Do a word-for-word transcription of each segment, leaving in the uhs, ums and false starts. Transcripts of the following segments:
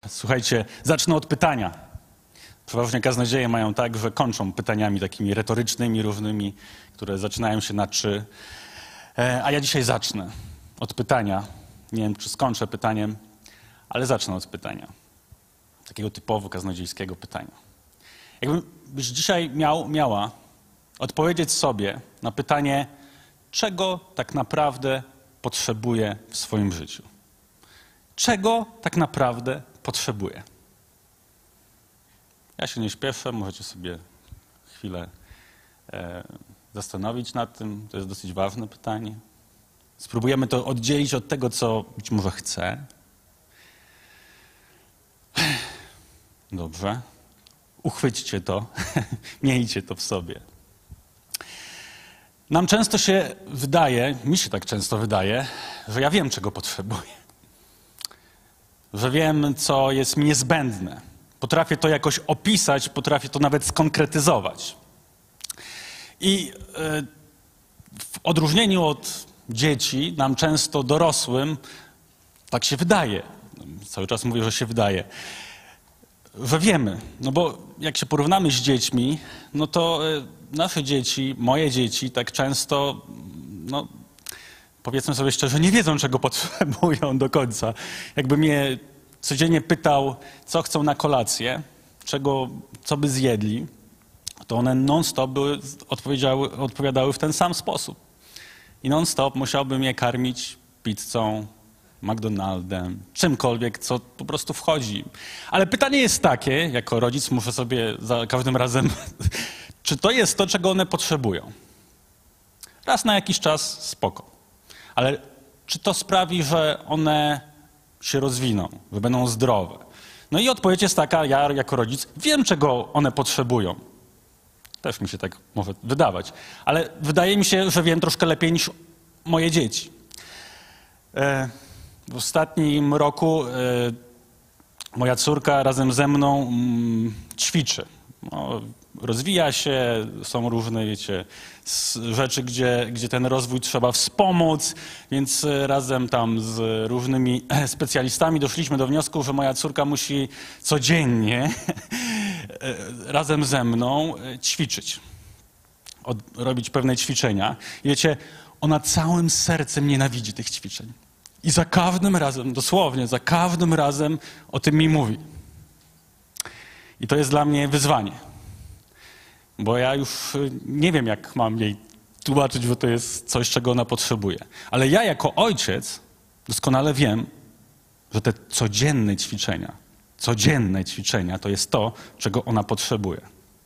Słuchajcie, zacznę od pytania. Przeważnie kaznodzieje mają tak, że kończą pytaniami takimi retorycznymi, różnymi, które zaczynają się na czy. E, a ja dzisiaj zacznę od pytania. Nie wiem, czy skończę pytaniem, ale zacznę od pytania. Takiego typowo kaznodziejskiego pytania. Jakbyś dzisiaj miał, miała odpowiedzieć sobie na pytanie, czego tak naprawdę potrzebuję w swoim życiu. Czego tak naprawdę potrzebuję? Ja się nie śpieszę, możecie sobie chwilę e, zastanowić nad tym. To jest dosyć ważne pytanie. Spróbujemy to oddzielić od tego, co być może chcę. Dobrze. Uchwyćcie to, miejcie to w sobie. Nam często się wydaje, mi się tak często wydaje, że ja wiem, czego potrzebuję. Że wiem, co jest mi niezbędne. Potrafię to jakoś opisać, potrafię to nawet skonkretyzować. I w odróżnieniu od dzieci, nam często dorosłym, tak się wydaje, cały czas mówię, że się wydaje, że wiemy. No bo jak się porównamy z dziećmi, no to nasze dzieci, moje dzieci tak często, no powiedzmy sobie szczerze, nie wiedzą, czego potrzebują do końca. Jakby mnie codziennie pytał, co chcą na kolację, czego, co by zjedli, to one non-stop były, odpowiedziały, odpowiadały w ten sam sposób. I non-stop musiałbym je karmić pizzą, McDonaldem, czymkolwiek, co po prostu wchodzi. Ale pytanie jest takie, jako rodzic muszę sobie za każdym razem, czy to jest to, czego one potrzebują? Raz na jakiś czas spoko. Ale czy to sprawi, że one się rozwiną, że będą zdrowe? No i odpowiedź jest taka, ja jako rodzic wiem, czego one potrzebują. Też mi się tak może wydawać. Ale wydaje mi się, że wiem troszkę lepiej niż moje dzieci. W ostatnim roku moja córka razem ze mną ćwiczy. No, rozwija się, są różne, wiecie, rzeczy, gdzie, gdzie ten rozwój trzeba wspomóc, więc razem tam z różnymi specjalistami doszliśmy do wniosku, że moja córka musi codziennie razem ze mną ćwiczyć, od, robić pewne ćwiczenia. I wiecie, ona całym sercem nienawidzi tych ćwiczeń. I za każdym razem, dosłownie, za każdym razem o tym mi mówi. I to jest dla mnie wyzwanie. Bo ja już nie wiem, jak mam jej tłumaczyć, że to jest coś, czego ona potrzebuje. Ale ja jako ojciec doskonale wiem, że te codzienne ćwiczenia, codzienne ćwiczenia to jest to, czego ona potrzebuje.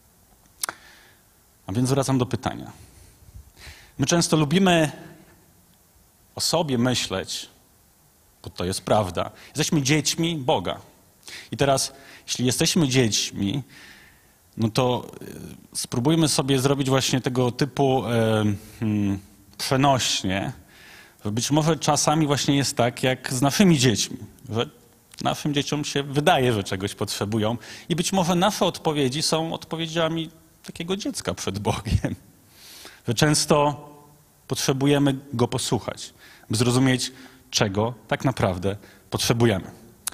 A więc wracam do pytania. My często lubimy o sobie myśleć, bo to jest prawda. Jesteśmy dziećmi Boga. I teraz, jeśli jesteśmy dziećmi, no to spróbujmy sobie zrobić właśnie tego typu e, hmm, przenośnie, że być może czasami właśnie jest tak, jak z naszymi dziećmi, że naszym dzieciom się wydaje, że czegoś potrzebują i być może nasze odpowiedzi są odpowiedziami takiego dziecka przed Bogiem. Że często potrzebujemy Go posłuchać, by zrozumieć, czego tak naprawdę potrzebujemy.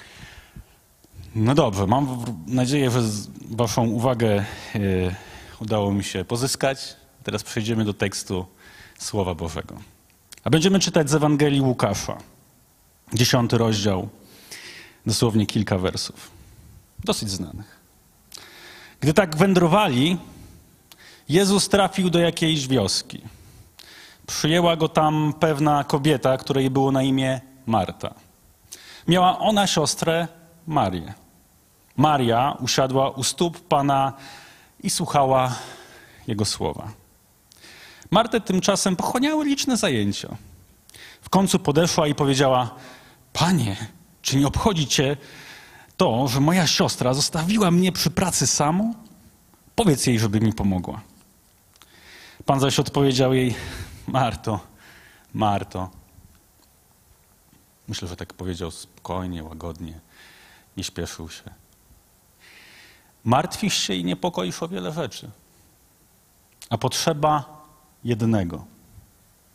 No dobrze, mam nadzieję, że waszą uwagę y, udało mi się pozyskać. Teraz przejdziemy do tekstu Słowa Bożego. A będziemy czytać z Ewangelii Łukasza, dziesiąty rozdział, dosłownie kilka wersów, dosyć znanych. Gdy tak wędrowali, Jezus trafił do jakiejś wioski. Przyjęła go tam pewna kobieta, której było na imię Marta. Miała ona siostrę Marię. Maria usiadła u stóp Pana i słuchała Jego słowa. Martę tymczasem pochłaniały liczne zajęcia. W końcu podeszła i powiedziała: Panie, czy nie obchodzi Cię to, że moja siostra zostawiła mnie przy pracy samą? Powiedz jej, żeby mi pomogła. Pan zaś odpowiedział jej: Marto, Marto. Myślę, że tak powiedział spokojnie, łagodnie. Nie śpieszył się. Martwisz się i niepokoisz o wiele rzeczy, a potrzeba jednego.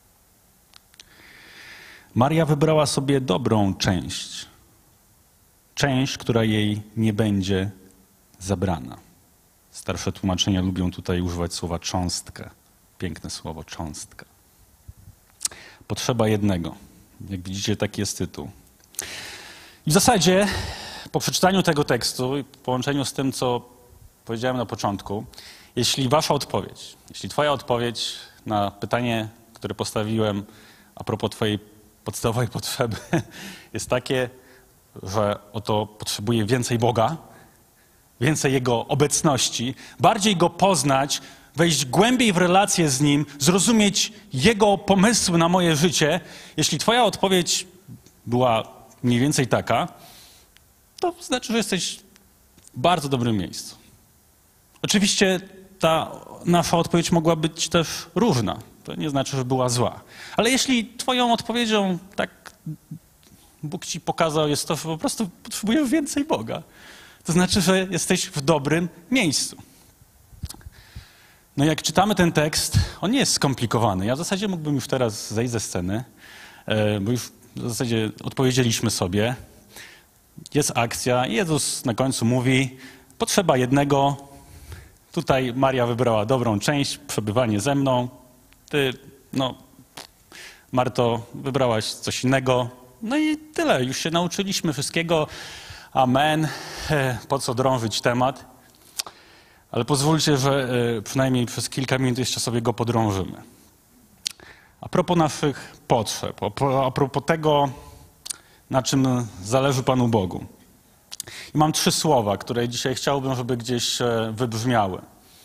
Maria wybrała sobie dobrą część, część, która jej nie będzie zabrana. Starsze tłumaczenia lubią tutaj używać słowa cząstka. Piękne słowo, cząstka. Potrzeba jednego. Jak widzicie, taki jest tytuł. I w zasadzie po przeczytaniu tego tekstu i w połączeniu z tym, co powiedziałem na początku, jeśli wasza odpowiedź, jeśli twoja odpowiedź na pytanie, które postawiłem a propos twojej podstawowej potrzeby jest takie, że oto potrzebuję więcej Boga, więcej Jego obecności, bardziej Go poznać, wejść głębiej w relację z Nim, zrozumieć Jego pomysły na moje życie. Jeśli twoja odpowiedź była mniej więcej taka, to znaczy, że jesteś w bardzo dobrym miejscu. Oczywiście ta nasza odpowiedź mogła być też różna. To nie znaczy, że była zła. Ale jeśli twoją odpowiedzią, tak Bóg ci pokazał, jest to, że po prostu potrzebujesz więcej Boga, to znaczy, że jesteś w dobrym miejscu. No jak czytamy ten tekst, on nie jest skomplikowany. Ja w zasadzie mógłbym już teraz zejść ze sceny, bo już w zasadzie odpowiedzieliśmy sobie. Jest akcja i Jezus na końcu mówi, potrzeba jednego. Tutaj Maria wybrała dobrą część, przebywanie ze mną. Ty, no, Marto, wybrałaś coś innego. No i tyle, już się nauczyliśmy wszystkiego. Amen. Po co drążyć temat? Ale pozwólcie, że przynajmniej przez kilka minut jeszcze sobie go podrążymy. A propos naszych potrzeb, a propos tego, na czym zależy Panu Bogu. I mam trzy słowa, które dzisiaj chciałbym, żeby gdzieś wybrzmiały.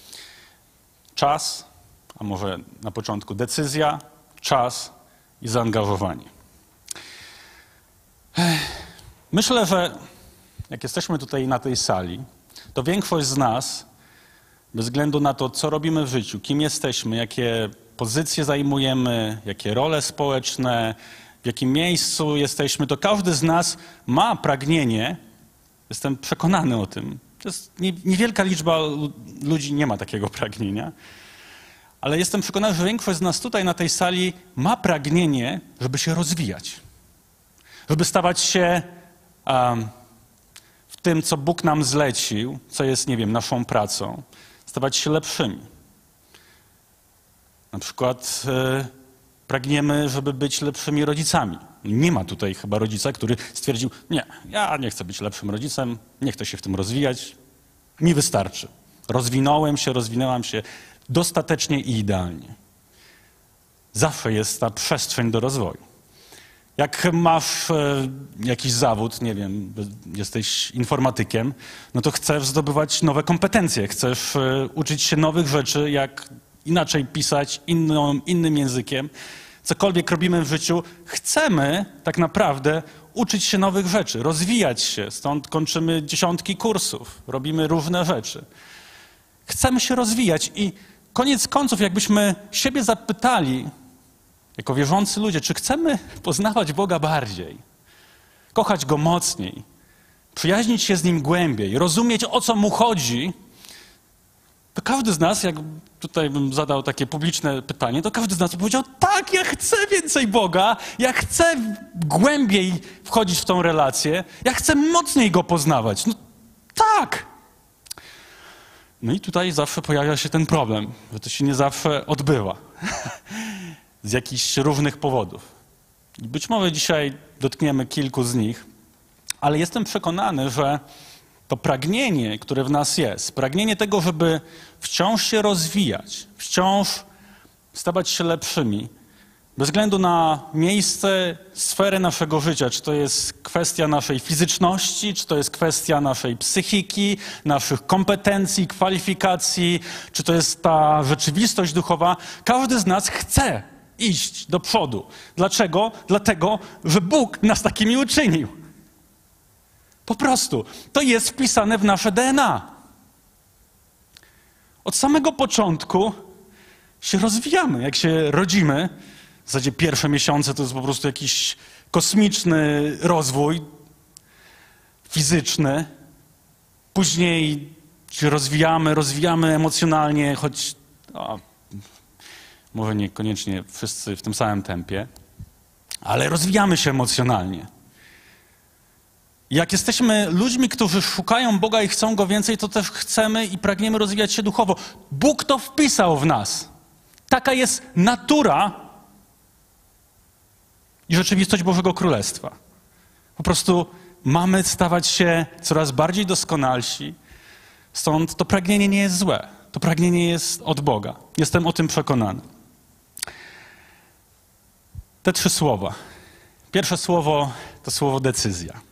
Czas, a może na początku decyzja, czas i zaangażowanie. Myślę, że jak jesteśmy tutaj na tej sali, to większość z nas, bez względu na to, co robimy w życiu, kim jesteśmy, jakie pozycje zajmujemy, jakie role społeczne, w jakim miejscu jesteśmy, to każdy z nas ma pragnienie, jestem przekonany o tym, to jest niewielka liczba ludzi nie ma takiego pragnienia, ale jestem przekonany, że większość z nas tutaj na tej sali ma pragnienie, żeby się rozwijać, żeby stawać się um, w tym, co Bóg nam zlecił, co jest, nie wiem, naszą pracą, stawać się lepszymi. Na przykład e, pragniemy, żeby być lepszymi rodzicami. Nie ma tutaj chyba rodzica, który stwierdził, nie, ja nie chcę być lepszym rodzicem, nie chcę się w tym rozwijać, mi wystarczy. Rozwinąłem się, rozwinęłam się dostatecznie i idealnie. Zawsze jest ta przestrzeń do rozwoju. Jak masz e, jakiś zawód, nie wiem, jesteś informatykiem, no to chcesz zdobywać nowe kompetencje, chcesz e, uczyć się nowych rzeczy, jak inaczej pisać, inną, innym językiem. Cokolwiek robimy w życiu, chcemy tak naprawdę uczyć się nowych rzeczy, rozwijać się. Stąd kończymy dziesiątki kursów, robimy różne rzeczy. Chcemy się rozwijać i koniec końców, jakbyśmy siebie zapytali, jako wierzący ludzie, czy chcemy poznawać Boga bardziej, kochać Go mocniej, przyjaźnić się z Nim głębiej, rozumieć, o co Mu chodzi, to każdy z nas, jak tutaj bym zadał takie publiczne pytanie, to każdy z nas powiedział, tak, ja chcę więcej Boga, ja chcę głębiej wchodzić w tą relację, ja chcę mocniej Go poznawać. No tak! No i tutaj zawsze pojawia się ten problem, że to się nie zawsze odbywa. Z jakichś różnych powodów. I być może dzisiaj dotkniemy kilku z nich, ale jestem przekonany, że to pragnienie, które w nas jest, pragnienie tego, żeby wciąż się rozwijać, wciąż stawać się lepszymi, bez względu na miejsce, sferę naszego życia, czy to jest kwestia naszej fizyczności, czy to jest kwestia naszej psychiki, naszych kompetencji, kwalifikacji, czy to jest ta rzeczywistość duchowa, każdy z nas chce iść do przodu. Dlaczego? Dlatego, że Bóg nas takimi uczynił. Po prostu. To jest wpisane w nasze D N A. Od samego początku się rozwijamy. Jak się rodzimy, w zasadzie pierwsze miesiące to jest po prostu jakiś kosmiczny rozwój fizyczny. Później się rozwijamy, rozwijamy emocjonalnie, choć o, może niekoniecznie wszyscy w tym samym tempie, ale rozwijamy się emocjonalnie. Jak jesteśmy ludźmi, którzy szukają Boga i chcą Go więcej, to też chcemy i pragniemy rozwijać się duchowo. Bóg to wpisał w nas. Taka jest natura i rzeczywistość Bożego Królestwa. Po prostu mamy stawać się coraz bardziej doskonalsi, stąd to pragnienie nie jest złe. To pragnienie jest od Boga. Jestem o tym przekonany. Te trzy słowa. Pierwsze słowo to słowo decyzja.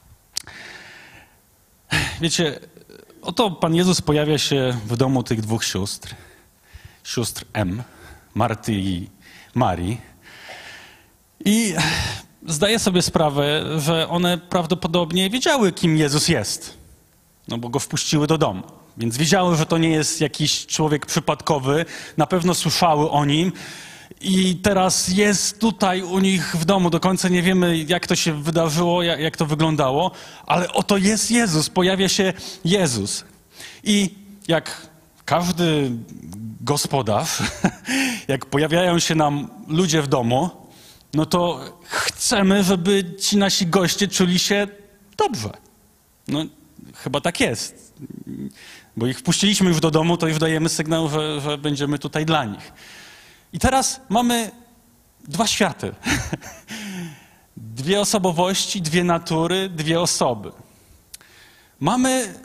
Wiecie, oto Pan Jezus pojawia się w domu tych dwóch sióstr. Sióstr M, Marty i Marii. I zdaję sobie sprawę, że one prawdopodobnie wiedziały, kim Jezus jest. No bo go wpuściły do domu. Więc wiedziały, że to nie jest jakiś człowiek przypadkowy. Na pewno słyszały o nim. I teraz jest tutaj u nich w domu. Do końca nie wiemy, jak to się wydarzyło, jak, jak to wyglądało. Ale oto jest Jezus. Pojawia się Jezus. I jak każdy gospodarz, jak pojawiają się nam ludzie w domu, no to chcemy, żeby ci nasi goście czuli się dobrze. No chyba tak jest. Bo ich wpuściliśmy już do domu, to już dajemy sygnał, że, że będziemy tutaj dla nich. I teraz mamy dwa światy. Dwie osobowości, dwie natury, dwie osoby. Mamy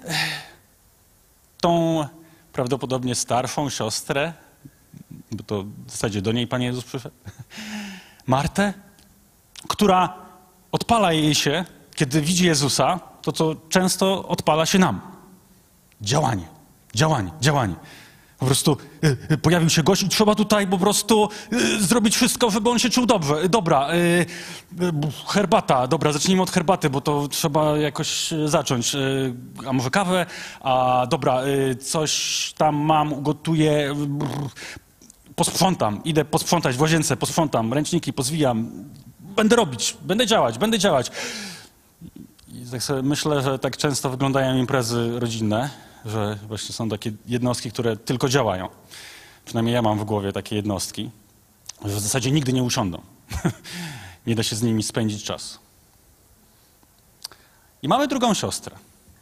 tą prawdopodobnie starszą siostrę, bo to w zasadzie do niej Pan Jezus przyszedł, Martę, która odpala jej się, kiedy widzi Jezusa, to co często odpala się nam. Działanie, działanie, działanie. Po prostu y, y, pojawił się gość i trzeba tutaj po prostu y, zrobić wszystko, żeby on się czuł dobrze. Dobra, y, y, herbata, dobra, zacznijmy od herbaty, bo to trzeba jakoś zacząć. Y, a może kawę? A dobra, y, coś tam mam, ugotuję, y, posprzątam, idę posprzątać w łazience, posprzątam, ręczniki pozwijam. Będę robić, będę działać, będę działać. I tak sobie myślę, że tak często wyglądają imprezy rodzinne, że właśnie są takie jednostki, które tylko działają. Przynajmniej ja mam w głowie takie jednostki, że w zasadzie nigdy nie usiądą. Nie da się z nimi spędzić czasu. I mamy drugą siostrę.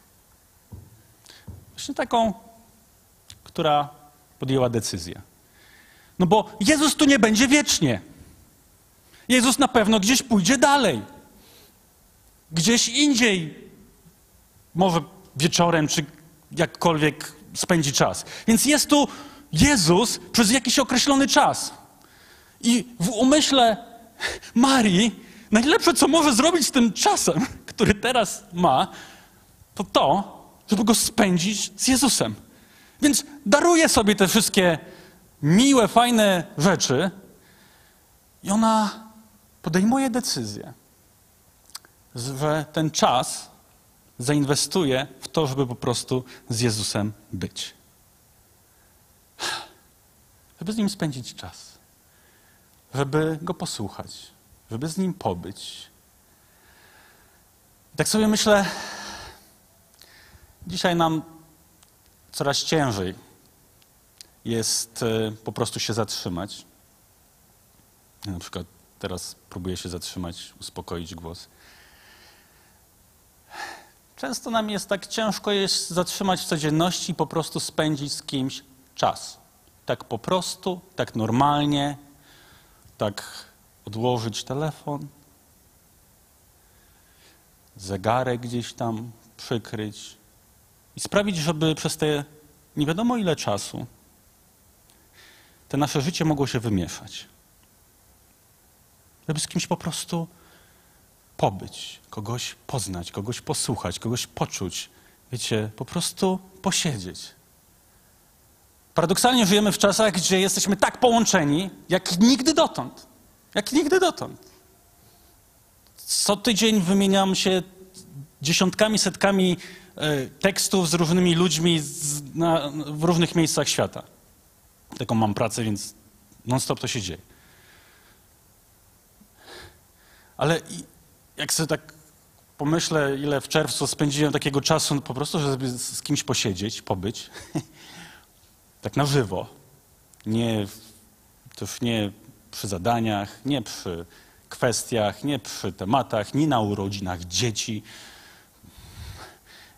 Właśnie taką, która podjęła decyzję. No bo Jezus tu nie będzie wiecznie. Jezus na pewno gdzieś pójdzie dalej. Gdzieś indziej. Może wieczorem, czy jakkolwiek spędzi czas. Więc jest tu Jezus przez jakiś określony czas. I w umyśle Marii najlepsze, co może zrobić z tym czasem, który teraz ma, to to, żeby go spędzić z Jezusem. Więc daruje sobie te wszystkie miłe, fajne rzeczy i ona podejmuje decyzję, że ten czas zainwestuje w to, żeby po prostu z Jezusem być. Żeby z Nim spędzić czas. Żeby Go posłuchać. Żeby z Nim pobyć. I tak sobie myślę, dzisiaj nam coraz ciężej jest po prostu się zatrzymać. Ja na przykład teraz próbuję się zatrzymać, uspokoić głos. Często nam jest tak ciężko jest zatrzymać w codzienności i po prostu spędzić z kimś czas. Tak po prostu, tak normalnie, tak odłożyć telefon, zegarek gdzieś tam przykryć i sprawić, żeby przez te nie wiadomo ile czasu te nasze życie mogło się wymieszać. Żeby z kimś po prostu pobyć, kogoś poznać, kogoś posłuchać, kogoś poczuć. Wiecie, po prostu posiedzieć. Paradoksalnie żyjemy w czasach, gdzie jesteśmy tak połączeni, jak nigdy dotąd. Jak nigdy dotąd. Co tydzień wymieniam się dziesiątkami, setkami y, tekstów z różnymi ludźmi z, na, w różnych miejscach świata. Taką mam pracę, więc non-stop to się dzieje. Ale i, jak sobie tak pomyślę, ile w czerwcu spędziłem takiego czasu po prostu, żeby z kimś posiedzieć, pobyć, tak na żywo, nie, też nie przy zadaniach, nie przy kwestiach, nie przy tematach, nie na urodzinach dzieci,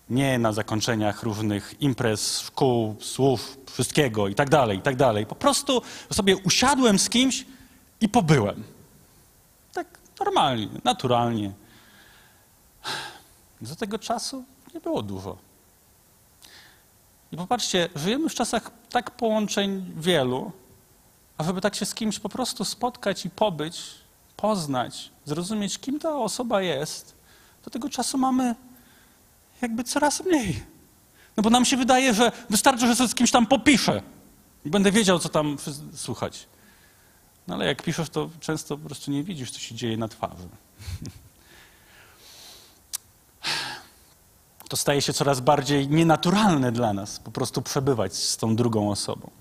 Nie na zakończeniach różnych imprez, szkół, słów, wszystkiego i tak dalej, i tak dalej. Po prostu sobie usiadłem z kimś i pobyłem. Tak normalnie, naturalnie. Do tego czasu nie było dużo. I popatrzcie, żyjemy w czasach tak połączeń wielu, a żeby tak się z kimś po prostu spotkać i pobyć, poznać, zrozumieć, kim ta osoba jest, do tego czasu mamy jakby coraz mniej. No bo nam się wydaje, że wystarczy, że sobie z kimś tam popiszę i będę wiedział, co tam słuchać. No ale jak piszesz, to często po prostu nie widzisz, co się dzieje na twarzy. To staje się coraz bardziej nienaturalne dla nas, po prostu przebywać z tą drugą osobą.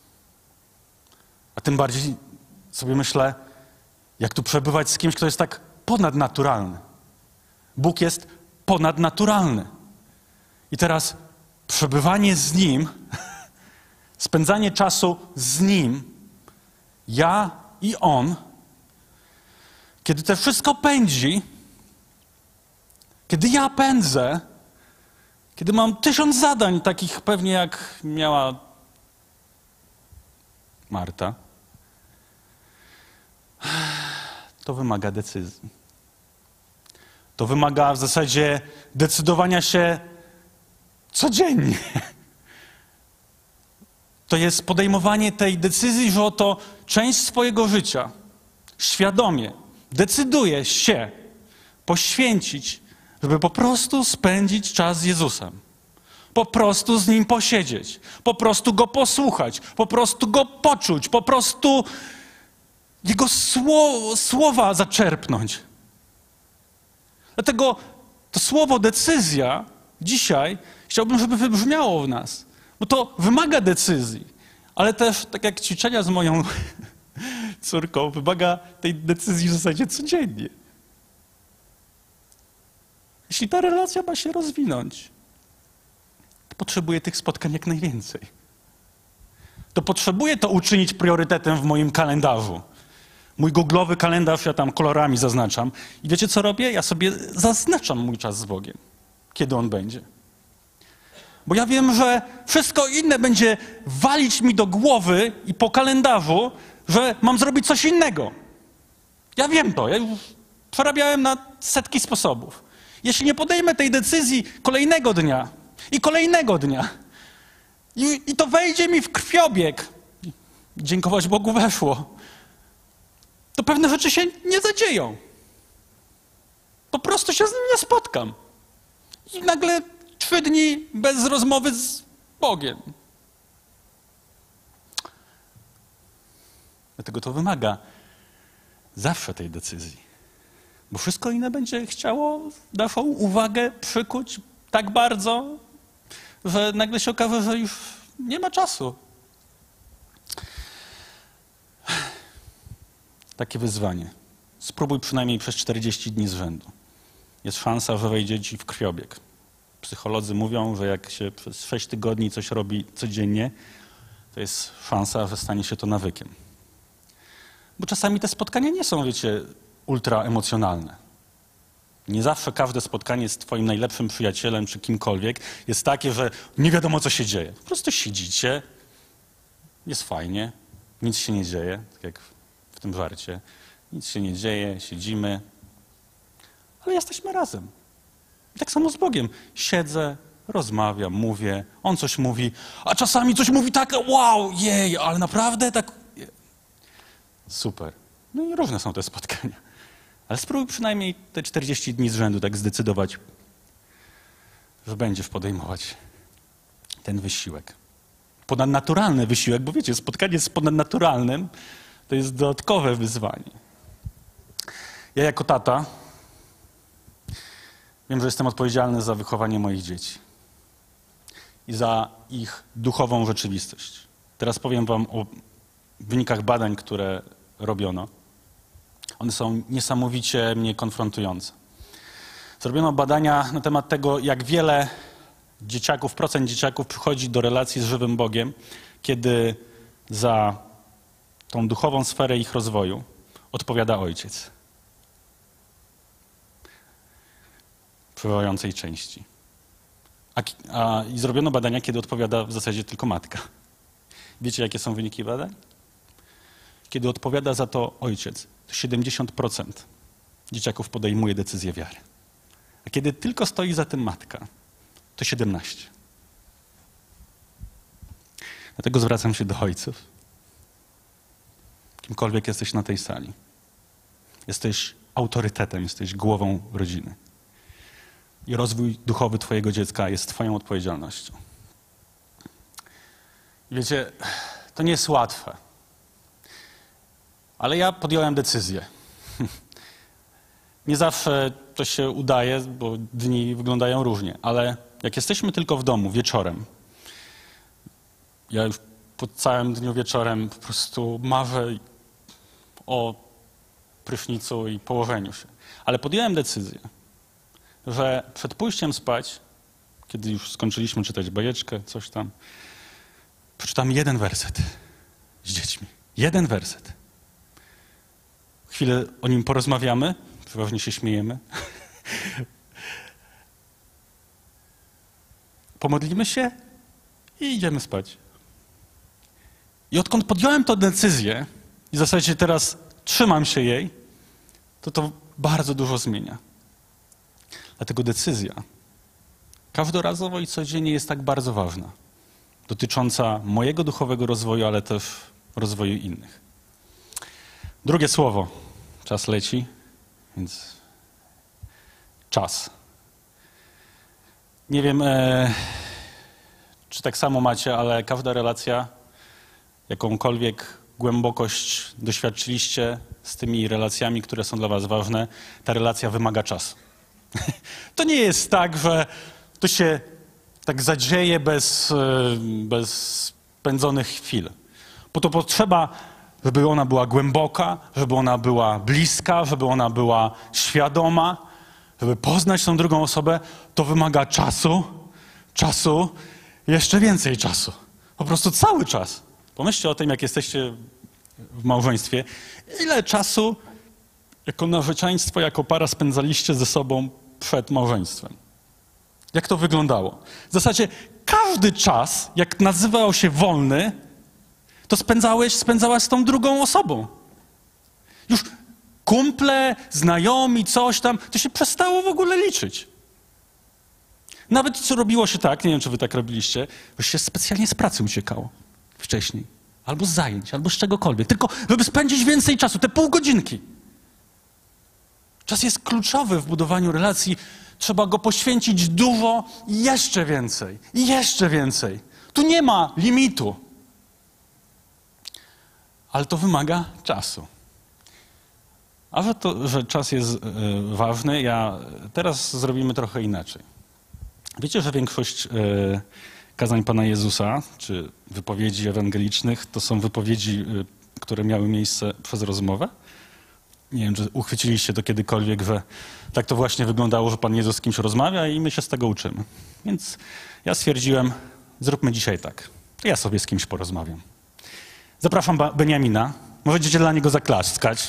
A tym bardziej sobie myślę, jak tu przebywać z kimś, kto jest tak ponadnaturalny. Bóg jest ponadnaturalny. I teraz przebywanie z Nim, spędzanie czasu z Nim, ja i On, kiedy to wszystko pędzi, kiedy ja pędzę, kiedy mam tysiąc zadań, takich pewnie jak miała Marta, to wymaga decyzji. To wymaga w zasadzie decydowania się codziennie. To jest podejmowanie tej decyzji, że oto część swojego życia świadomie decyduje się poświęcić, żeby po prostu spędzić czas z Jezusem. Po prostu z Nim posiedzieć, po prostu Go posłuchać, po prostu Go poczuć, po prostu Jego sło- słowa zaczerpnąć. Dlatego to słowo decyzja dzisiaj chciałbym, żeby wybrzmiało w nas, bo to wymaga decyzji, ale też, tak jak ćwiczenia z moją córką, wymaga tej decyzji w zasadzie codziennie. Jeśli ta relacja ma się rozwinąć, to potrzebuję tych spotkań jak najwięcej. To potrzebuję to uczynić priorytetem w moim kalendarzu. Mój googlowy kalendarz ja tam kolorami zaznaczam. I wiecie, co robię? Ja sobie zaznaczam mój czas z Bogiem, kiedy On będzie. Bo ja wiem, że wszystko inne będzie walić mi do głowy i po kalendarzu, że mam zrobić coś innego. Ja wiem to. Ja już przerabiałem na setki sposobów. Jeśli nie podejmę tej decyzji kolejnego dnia i kolejnego dnia i, i to wejdzie mi w krwiobieg, dziękować Bogu weszło, to pewne rzeczy się nie zadzieją. Po prostu się z nim nie spotkam. I nagle trzy dni bez rozmowy z Bogiem. Dlatego to wymaga zawsze tej decyzji. Bo wszystko inne będzie chciało naszą uwagę przykuć tak bardzo, że nagle się okaże, że już nie ma czasu. Takie wyzwanie. Spróbuj przynajmniej przez czterdzieści dni z rzędu. Jest szansa, że wejdzie ci w krwiobieg. Psycholodzy mówią, że jak się przez sześć tygodni coś robi codziennie, to jest szansa, że stanie się to nawykiem. Bo czasami te spotkania nie są, wiecie, ultra emocjonalne. Nie zawsze każde spotkanie z twoim najlepszym przyjacielem czy kimkolwiek jest takie, że nie wiadomo, co się dzieje. Po prostu siedzicie, jest fajnie, nic się nie dzieje, tak jak w tym żarcie. Nic się nie dzieje, siedzimy, ale jesteśmy razem. I tak samo z Bogiem. Siedzę, rozmawiam, mówię, On coś mówi, a czasami coś mówi tak, wow, jej, ale naprawdę tak... Super. No i różne są te spotkania. Ale spróbuj przynajmniej te czterdzieści dni z rzędu tak zdecydować, że będziesz podejmować ten wysiłek. Ponadnaturalny wysiłek, bo wiecie, spotkanie z ponadnaturalnym to jest dodatkowe wyzwanie. Ja jako tata wiem, że jestem odpowiedzialny za wychowanie moich dzieci i za ich duchową rzeczywistość. Teraz powiem wam o wynikach badań, które robiono. One są niesamowicie mnie konfrontujące. Zrobiono badania na temat tego, jak wiele dzieciaków, procent dzieciaków przychodzi do relacji z żywym Bogiem, kiedy za tą duchową sferę ich rozwoju odpowiada ojciec. W przeważającej części. A, a, I zrobiono badania, kiedy odpowiada w zasadzie tylko matka. Wiecie, jakie są wyniki badań? Kiedy odpowiada za to ojciec, to siedemdziesiąt procent dzieciaków podejmuje decyzję wiary. A kiedy tylko stoi za tym matka, to siedemnaście procent. Dlatego zwracam się do ojców. Kimkolwiek jesteś na tej sali. Jesteś autorytetem, jesteś głową rodziny. I rozwój duchowy twojego dziecka jest twoją odpowiedzialnością. I wiecie, to nie jest łatwe. Ale ja podjąłem decyzję. Nie zawsze to się udaje, bo dni wyglądają różnie, ale jak jesteśmy tylko w domu wieczorem, ja już po całym dniu wieczorem po prostu marzę o prysznicu i położeniu się. Ale podjąłem decyzję, że przed pójściem spać, kiedy już skończyliśmy czytać bajeczkę, coś tam, przeczytam jeden werset z dziećmi. Jeden werset. Chwilę o nim porozmawiamy, przeważnie się śmiejemy. Pomodlimy się i idziemy spać. I odkąd podjąłem tę decyzję i w zasadzie teraz trzymam się jej, to to bardzo dużo zmienia. Dlatego decyzja każdorazowo i codziennie jest tak bardzo ważna, dotycząca mojego duchowego rozwoju, ale też rozwoju innych. Drugie słowo. Czas leci, więc czas. Nie wiem, e, czy tak samo macie, ale każda relacja, jakąkolwiek głębokość doświadczyliście z tymi relacjami, które są dla was ważne, ta relacja wymaga czasu. To nie jest tak, że to się tak zadzieje bez, bez spędzonych chwil. Bo to potrzeba, żeby ona była głęboka, żeby ona była bliska, żeby ona była świadoma, żeby poznać tą drugą osobę, to wymaga czasu, czasu, jeszcze więcej czasu. Po prostu cały czas. Pomyślcie o tym, jak jesteście w małżeństwie. Ile czasu jako narzeczeństwo, jako para spędzaliście ze sobą przed małżeństwem? Jak to wyglądało? W zasadzie każdy czas, jak nazywał się wolny, to spędzałeś, spędzałaś z tą drugą osobą. Już kumple, znajomi, coś tam, to się przestało w ogóle liczyć. Nawet co robiło się tak, nie wiem, czy wy tak robiliście, że się specjalnie z pracy uciekało wcześniej. Albo z zajęć, albo z czegokolwiek. Tylko, żeby spędzić więcej czasu, te pół godzinki. Czas jest kluczowy w budowaniu relacji. Trzeba go poświęcić dużo i jeszcze więcej. I jeszcze więcej. Tu nie ma limitu. Ale to wymaga czasu. A że, to, że czas jest y, ważny, ja teraz zrobimy trochę inaczej. Wiecie, że większość y, kazań Pana Jezusa, czy wypowiedzi ewangelicznych, to są wypowiedzi, y, które miały miejsce przez rozmowę? Nie wiem, czy uchwyciliście to kiedykolwiek, że tak to właśnie wyglądało, że Pan Jezus z kimś rozmawia i my się z tego uczymy. Więc ja stwierdziłem, zróbmy dzisiaj tak. Ja sobie z kimś porozmawiam. Zapraszam Beniamina. Możecie dla niego zaklaskać.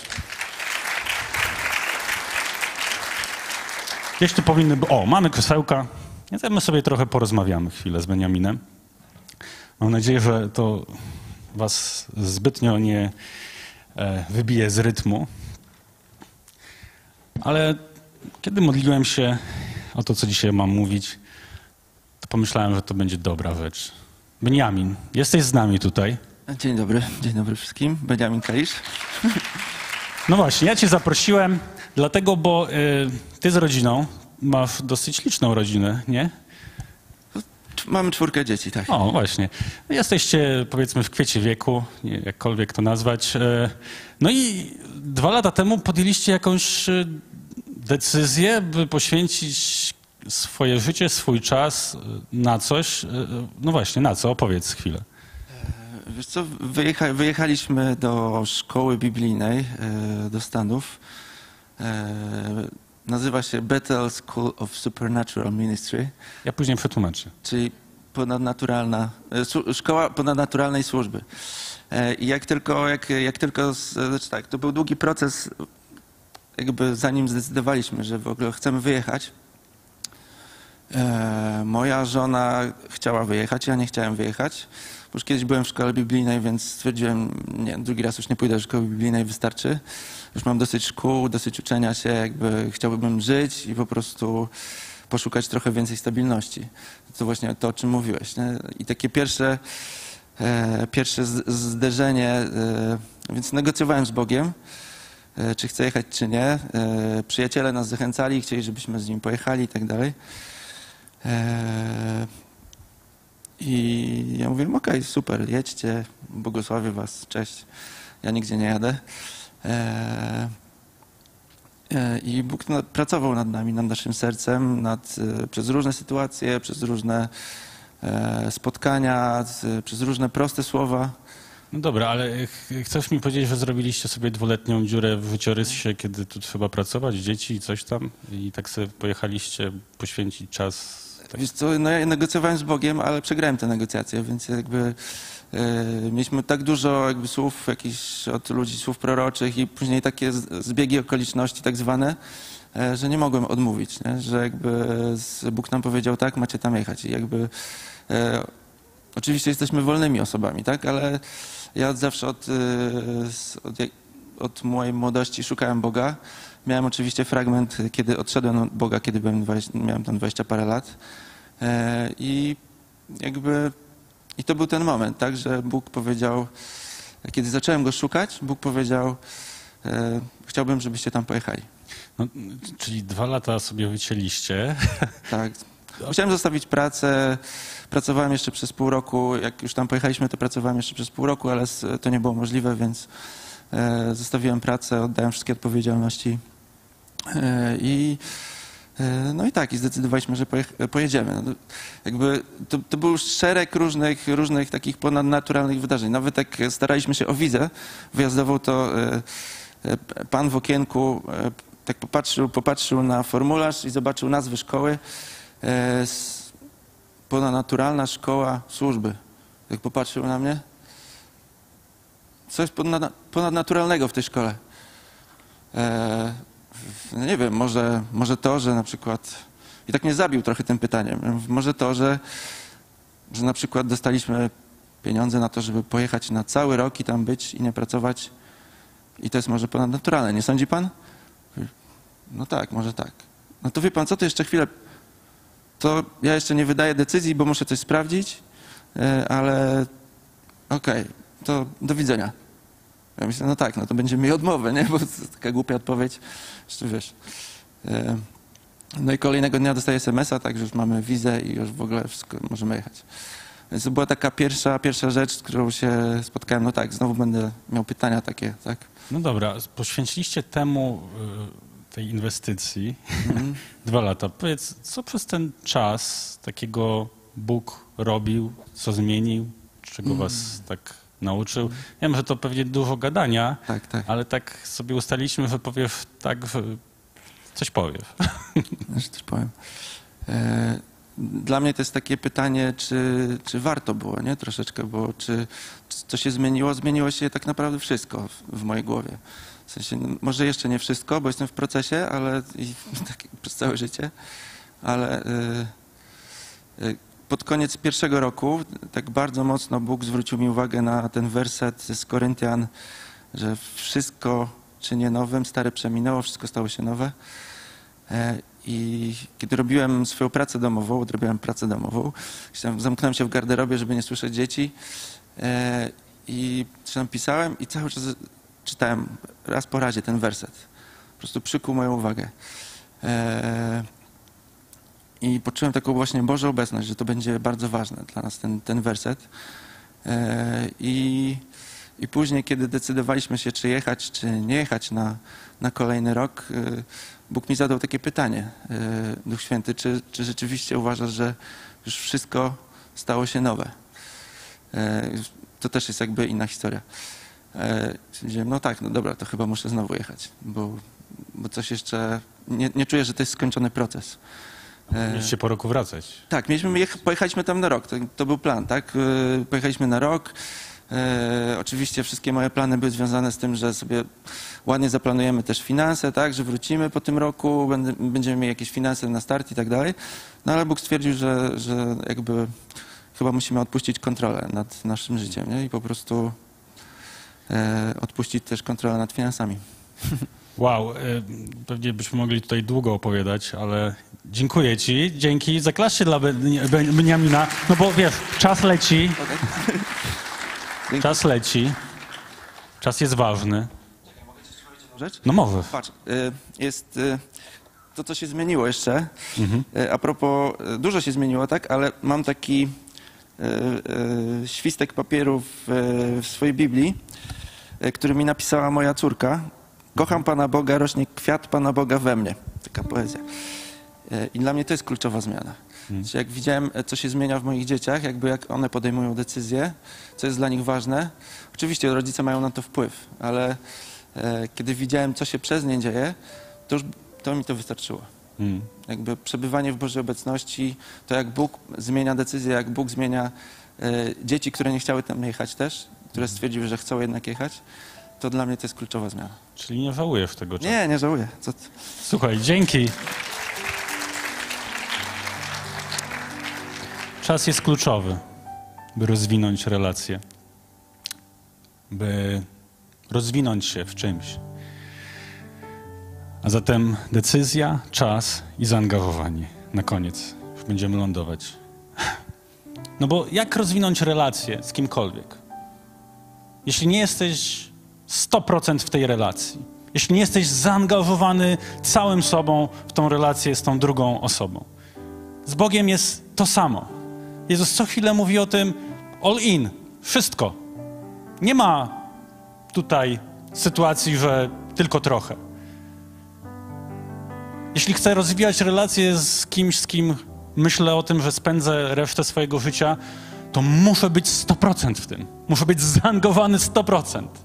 Gdzieś tu powinny być... O, mamy krzesełka. Więc my sobie trochę porozmawiamy chwilę z Beniaminem. Mam nadzieję, że to was zbytnio nie e, wybije z rytmu. Ale kiedy modliłem się o to, co dzisiaj mam mówić, to pomyślałem, że to będzie dobra rzecz. Beniamin, jesteś z nami tutaj. Dzień dobry, dzień dobry wszystkim. Beniamin Kalisz. No właśnie, ja cię zaprosiłem, dlatego, bo y, ty z rodziną masz dosyć liczną rodzinę, nie? Mamy czwórkę dzieci, tak. O, właśnie. Jesteście, powiedzmy, w kwiecie wieku, nie, jakkolwiek to nazwać. Y, no i dwa lata temu podjęliście jakąś y, decyzję, by poświęcić swoje życie, swój czas na coś. Y, no właśnie, na co? Opowiedz chwilę. Wiesz co, wyjecha, wyjechaliśmy do szkoły biblijnej, e, do Stanów. E, nazywa się Bethel School of Supernatural Ministry. Ja później przetłumaczę. Czyli ponadnaturalna, e, su, szkoła ponadnaturalnej służby. E, I jak tylko, jak, jak tylko, znaczy tak, to był długi proces, jakby zanim zdecydowaliśmy, że w ogóle chcemy wyjechać. E, moja żona chciała wyjechać, ja nie chciałem wyjechać. Bo już kiedyś byłem w szkole biblijnej, więc stwierdziłem, nie, drugi raz już nie pójdę do szkoły biblijnej, wystarczy. Już mam dosyć szkół, dosyć uczenia się, jakby chciałbym żyć i po prostu poszukać trochę więcej stabilności. To właśnie to, o czym mówiłeś. Nie? I takie pierwsze, e, pierwsze z, zderzenie, e, więc negocjowałem z Bogiem, e, czy chcę jechać, czy nie. E, przyjaciele nas zachęcali, chcieli, żebyśmy z nim pojechali i tak dalej. E, I ja mówię, okej, okay, super, jedźcie, błogosławię was, cześć, ja nigdzie nie jadę. E, e, I Bóg na, pracował nad nami, nad naszym sercem, nad, e, przez różne sytuacje, przez różne e, spotkania, z, przez różne proste słowa. No dobra, ale ch chcesz mi powiedzieć, że zrobiliście sobie dwuletnią dziurę w życiorysie, kiedy tu trzeba pracować, dzieci i coś tam i tak sobie pojechaliście poświęcić czas? Tak. Wiesz co, no ja negocjowałem z Bogiem, ale przegrałem te negocjacje, więc jakby e, mieliśmy tak dużo jakby słów jakichś od ludzi, słów proroczych i później takie z, zbiegi okoliczności tak zwane, e, że nie mogłem odmówić, nie? Że jakby z, Bóg nam powiedział tak, macie tam jechać i jakby e, oczywiście jesteśmy wolnymi osobami, tak, ale ja od zawsze od, e, od, od mojej młodości szukałem Boga. Miałem oczywiście fragment, kiedy odszedłem od Boga, kiedy byłem dwadzieścia, miałem tam dwadzieścia parę lat. E, I jakby i to był ten moment, tak, że Bóg powiedział, kiedy zacząłem go szukać, Bóg powiedział, e, chciałbym, żebyście tam pojechali. No, czyli dwa lata sobie wycięliście. Tak. Musiałem zostawić pracę, pracowałem jeszcze przez pół roku, jak już tam pojechaliśmy, to pracowałem jeszcze przez pół roku, ale to nie było możliwe, więc e, zostawiłem pracę, oddałem wszystkie odpowiedzialności. I, no i tak, i zdecydowaliśmy, że pojedziemy. No, jakby to, to był szereg różnych, różnych takich ponadnaturalnych wydarzeń. Nawet jak staraliśmy się o wizę wyjazdową, to pan w okienku tak popatrzył, popatrzył na formularz i zobaczył nazwę szkoły. Ponadnaturalna szkoła służby. Jak popatrzył na mnie, co jest ponadnaturalnego w tej szkole? No nie wiem, może, może to, że na przykład, i tak mnie zabił trochę tym pytaniem, może to, że, że na przykład dostaliśmy pieniądze na to, żeby pojechać na cały rok i tam być i nie pracować i to jest może ponadnaturalne, nie sądzi pan? No tak, może tak. No to wie pan co, to jeszcze chwilę, to ja jeszcze nie wydaję decyzji, bo muszę coś sprawdzić, ale okej, okay, to do widzenia. Ja myślę, no tak, no to będziemy mieli odmowę, nie? Bo to taka głupia odpowiedź, jeszcze wiesz. No i kolejnego dnia dostaję es em es a, tak, że już mamy wizę i już w ogóle wszystko, możemy jechać. Więc to była taka pierwsza, pierwsza rzecz, z którą się spotkałem. No tak, znowu będę miał pytania takie, tak? No dobra, poświęciliście temu tej inwestycji mm. dwa lata. Powiedz, co przez ten czas takiego Bóg robił, co zmienił, czego mm. was tak nauczył? Wiem, że to pewnie dużo gadania, tak, tak. ale tak sobie ustaliliśmy, że powiesz tak, coś powiesz. Znaczy, coś powiem. E, dla mnie to jest takie pytanie, czy, czy warto było, nie? Troszeczkę, bo czy, czy co się zmieniło? Zmieniło się tak naprawdę wszystko w, w mojej głowie. W sensie, no, może jeszcze nie wszystko, bo jestem w procesie, ale i, tak, przez całe życie, ale e, e, pod koniec pierwszego roku tak bardzo mocno Bóg zwrócił mi uwagę na ten werset z Koryntian, że wszystko czynię nowym, stare przeminęło, wszystko stało się nowe. I kiedy robiłem swoją pracę domową, odrobiłem pracę domową, zamknąłem się w garderobie, żeby nie słyszeć dzieci i tam pisałem i cały czas czytałem raz po razie ten werset. Po prostu przykuł moją uwagę. I poczułem taką właśnie Bożą obecność, że to będzie bardzo ważne dla nas, ten, ten werset. I, I później, kiedy decydowaliśmy się, czy jechać, czy nie jechać na, na kolejny rok, Bóg mi zadał takie pytanie, Duch Święty, czy, czy rzeczywiście uważasz, że już wszystko stało się nowe? To też jest jakby inna historia. No tak, no dobra, to chyba muszę znowu jechać, bo, bo coś jeszcze, nie, nie czuję, że to jest skończony proces. Mieliście po roku wracać. Tak, mieliśmy, pojechaliśmy tam na rok, to, to był plan, tak? Pojechaliśmy na rok, E, oczywiście wszystkie moje plany były związane z tym, że sobie ładnie zaplanujemy też finanse, tak, że wrócimy po tym roku, będę, będziemy mieli jakieś finanse na start i tak dalej. No ale Bóg stwierdził, że, że jakby chyba musimy odpuścić kontrolę nad naszym życiem, nie? I po prostu e, odpuścić też kontrolę nad finansami. Wow, y, pewnie byśmy mogli tutaj długo opowiadać, ale dziękuję ci, dzięki. Zaklaszcie dla Beni- Beniamina, no bo wiesz, czas leci, Okay. czas leci, czas jest ważny. Rzecz? No może. Patrz, y, jest y, to, co się zmieniło jeszcze. Mhm. Y, A propos, y, dużo się zmieniło, tak? Ale mam taki y, y, świstek papieru w, y, w swojej Biblii, y, który mi napisała moja córka. Kocham Pana Boga, rośnie kwiat Pana Boga we mnie. Taka poezja. Y, I dla mnie to jest kluczowa zmiana. Mhm. Czyli jak widziałem, co się zmienia w moich dzieciach, jakby jak one podejmują decyzje, co jest dla nich ważne. Oczywiście rodzice mają na to wpływ, ale e, kiedy widziałem, co się przez nie dzieje, to już to mi to wystarczyło. Mm. Jakby przebywanie w Bożej obecności, to jak Bóg zmienia decyzje, jak Bóg zmienia e, dzieci, które nie chciały tam jechać też, które stwierdziły, że chcą jednak jechać, to dla mnie to jest kluczowa zmiana. Czyli nie żałujesz tego czasu. Nie, nie żałuję. Co ty? Słuchaj, dzięki. Czas jest kluczowy, by rozwinąć relacje, by rozwinąć się w czymś. A zatem decyzja, czas i zaangażowanie. Na koniec już będziemy lądować. No bo jak rozwinąć relacje z kimkolwiek? Jeśli nie jesteś sto procent w tej relacji, jeśli nie jesteś zaangażowany całym sobą w tą relację z tą drugą osobą. Z Bogiem jest to samo. Jezus co chwilę mówi o tym all in, wszystko. Nie ma tutaj sytuacji, że tylko trochę. Jeśli chcę rozwijać relacje z kimś, z kim myślę o tym, że spędzę resztę swojego życia, to muszę być sto procent w tym. Muszę być zaangażowany sto procent.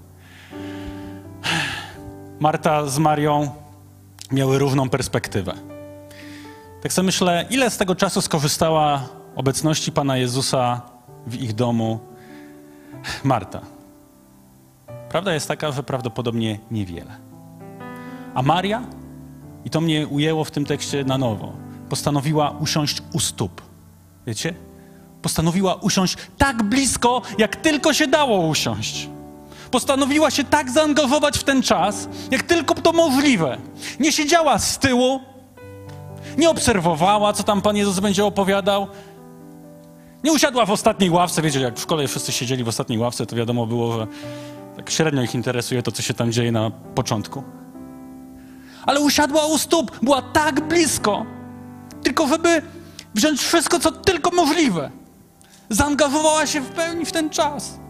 Marta z Marią miały równą perspektywę. Tak sobie myślę, ile z tego czasu skorzystała obecności Pana Jezusa w ich domu Marta? Prawda jest taka, że prawdopodobnie niewiele. A Maria, i to mnie ujęło w tym tekście na nowo, postanowiła usiąść u stóp. Wiecie? Postanowiła usiąść tak blisko, jak tylko się dało usiąść. Postanowiła się tak zaangażować w ten czas, jak tylko to możliwe. Nie siedziała z tyłu, nie obserwowała, co tam Pan Jezus będzie opowiadał. Nie usiadła w ostatniej ławce. Wiecie, jak w szkole wszyscy siedzieli w ostatniej ławce, to wiadomo było, że tak średnio ich interesuje to, co się tam dzieje na początku. Ale usiadła u stóp, była tak blisko, tylko żeby wziąć wszystko, co tylko możliwe. Zaangażowała się w pełni w ten czas.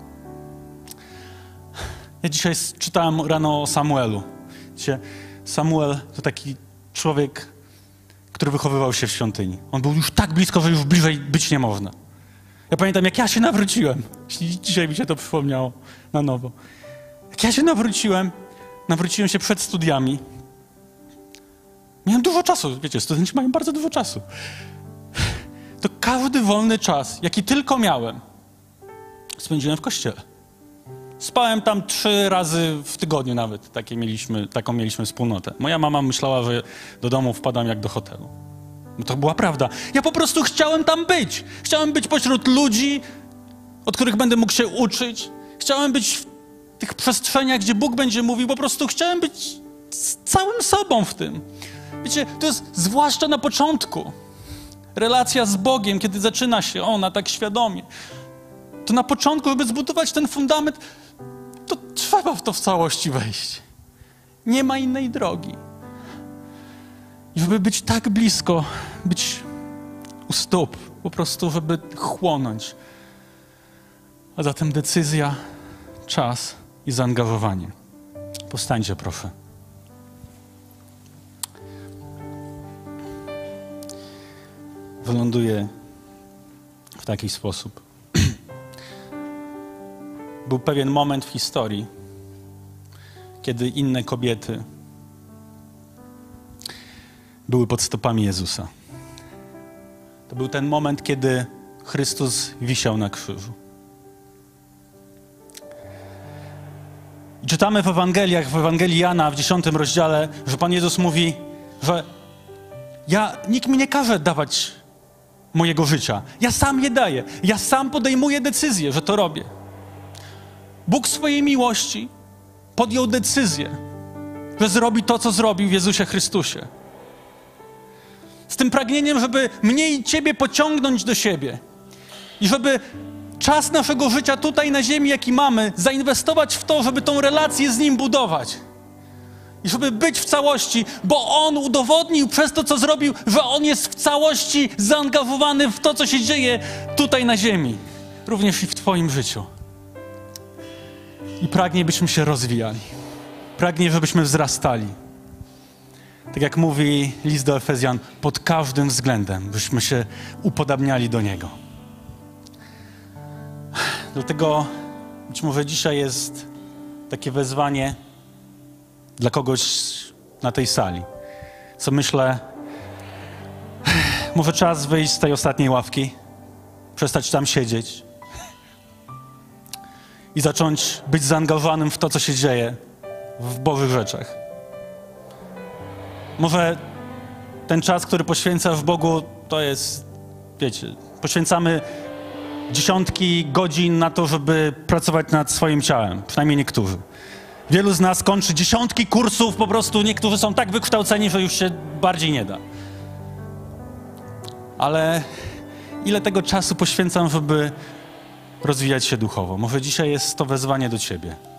Ja dzisiaj czytałem rano o Samuelu. Wiecie, Samuel to taki człowiek, który wychowywał się w świątyni. On był już tak blisko, że już bliżej być nie można. Ja pamiętam, jak ja się nawróciłem. Dzisiaj mi się to przypomniało na nowo. Jak ja się nawróciłem, nawróciłem się przed studiami. Miałem dużo czasu. Wiecie, studenci mają bardzo dużo czasu. To każdy wolny czas, jaki tylko miałem, spędziłem w kościele. Spałem tam trzy razy w tygodniu nawet. Takie mieliśmy, taką mieliśmy wspólnotę. Moja mama myślała, że do domu wpadam jak do hotelu. No to była prawda. Ja po prostu chciałem tam być. Chciałem być pośród ludzi, od których będę mógł się uczyć. Chciałem być w tych przestrzeniach, gdzie Bóg będzie mówił. Po prostu chciałem być z całym sobą w tym. Wiecie, to jest zwłaszcza na początku. Relacja z Bogiem, kiedy zaczyna się ona tak świadomie. To na początku, żeby zbudować ten fundament, to trzeba w to w całości wejść. Nie ma innej drogi. I żeby być tak blisko, być u stóp, po prostu, żeby chłonąć. A zatem decyzja, czas i zaangażowanie. Powstańcie, proszę. Wyląduję w taki sposób. Był pewien moment w historii, kiedy inne kobiety były pod stopami Jezusa. To był ten moment, kiedy Chrystus wisiał na krzyżu. Czytamy w Ewangeliach, w Ewangelii Jana w dziesiątym rozdziale, że Pan Jezus mówi, że ja, nikt mi nie każe dawać mojego życia. Ja sam je daję. Ja sam podejmuję decyzję, że to robię. Bóg w swojej miłości podjął decyzję, że zrobi to, co zrobił w Jezusie Chrystusie. Z tym pragnieniem, żeby mnie i Ciebie pociągnąć do siebie. I żeby czas naszego życia tutaj na ziemi, jaki mamy, zainwestować w to, żeby tą relację z Nim budować. I żeby być w całości, bo On udowodnił przez to, co zrobił, że On jest w całości zaangażowany w to, co się dzieje tutaj na ziemi. Również i w Twoim życiu. I pragnie, byśmy się rozwijali. Pragnie, żebyśmy wzrastali. Tak jak mówi list do Efezjan, pod każdym względem, byśmy się upodabniali do Niego. Dlatego być może dzisiaj jest takie wezwanie dla kogoś na tej sali, co myślę, może czas wyjść z tej ostatniej ławki, przestać tam siedzieć i zacząć być zaangażowanym w to, co się dzieje w Bożych rzeczach. Może ten czas, który poświęcasz Bogu, to jest, wiecie, poświęcamy dziesiątki godzin na to, żeby pracować nad swoim ciałem, przynajmniej niektórzy. Wielu z nas kończy dziesiątki kursów, po prostu niektórzy są tak wykształceni, że już się bardziej nie da. Ale ile tego czasu poświęcam, żeby rozwijać się duchowo? Może dzisiaj jest to wezwanie do Ciebie.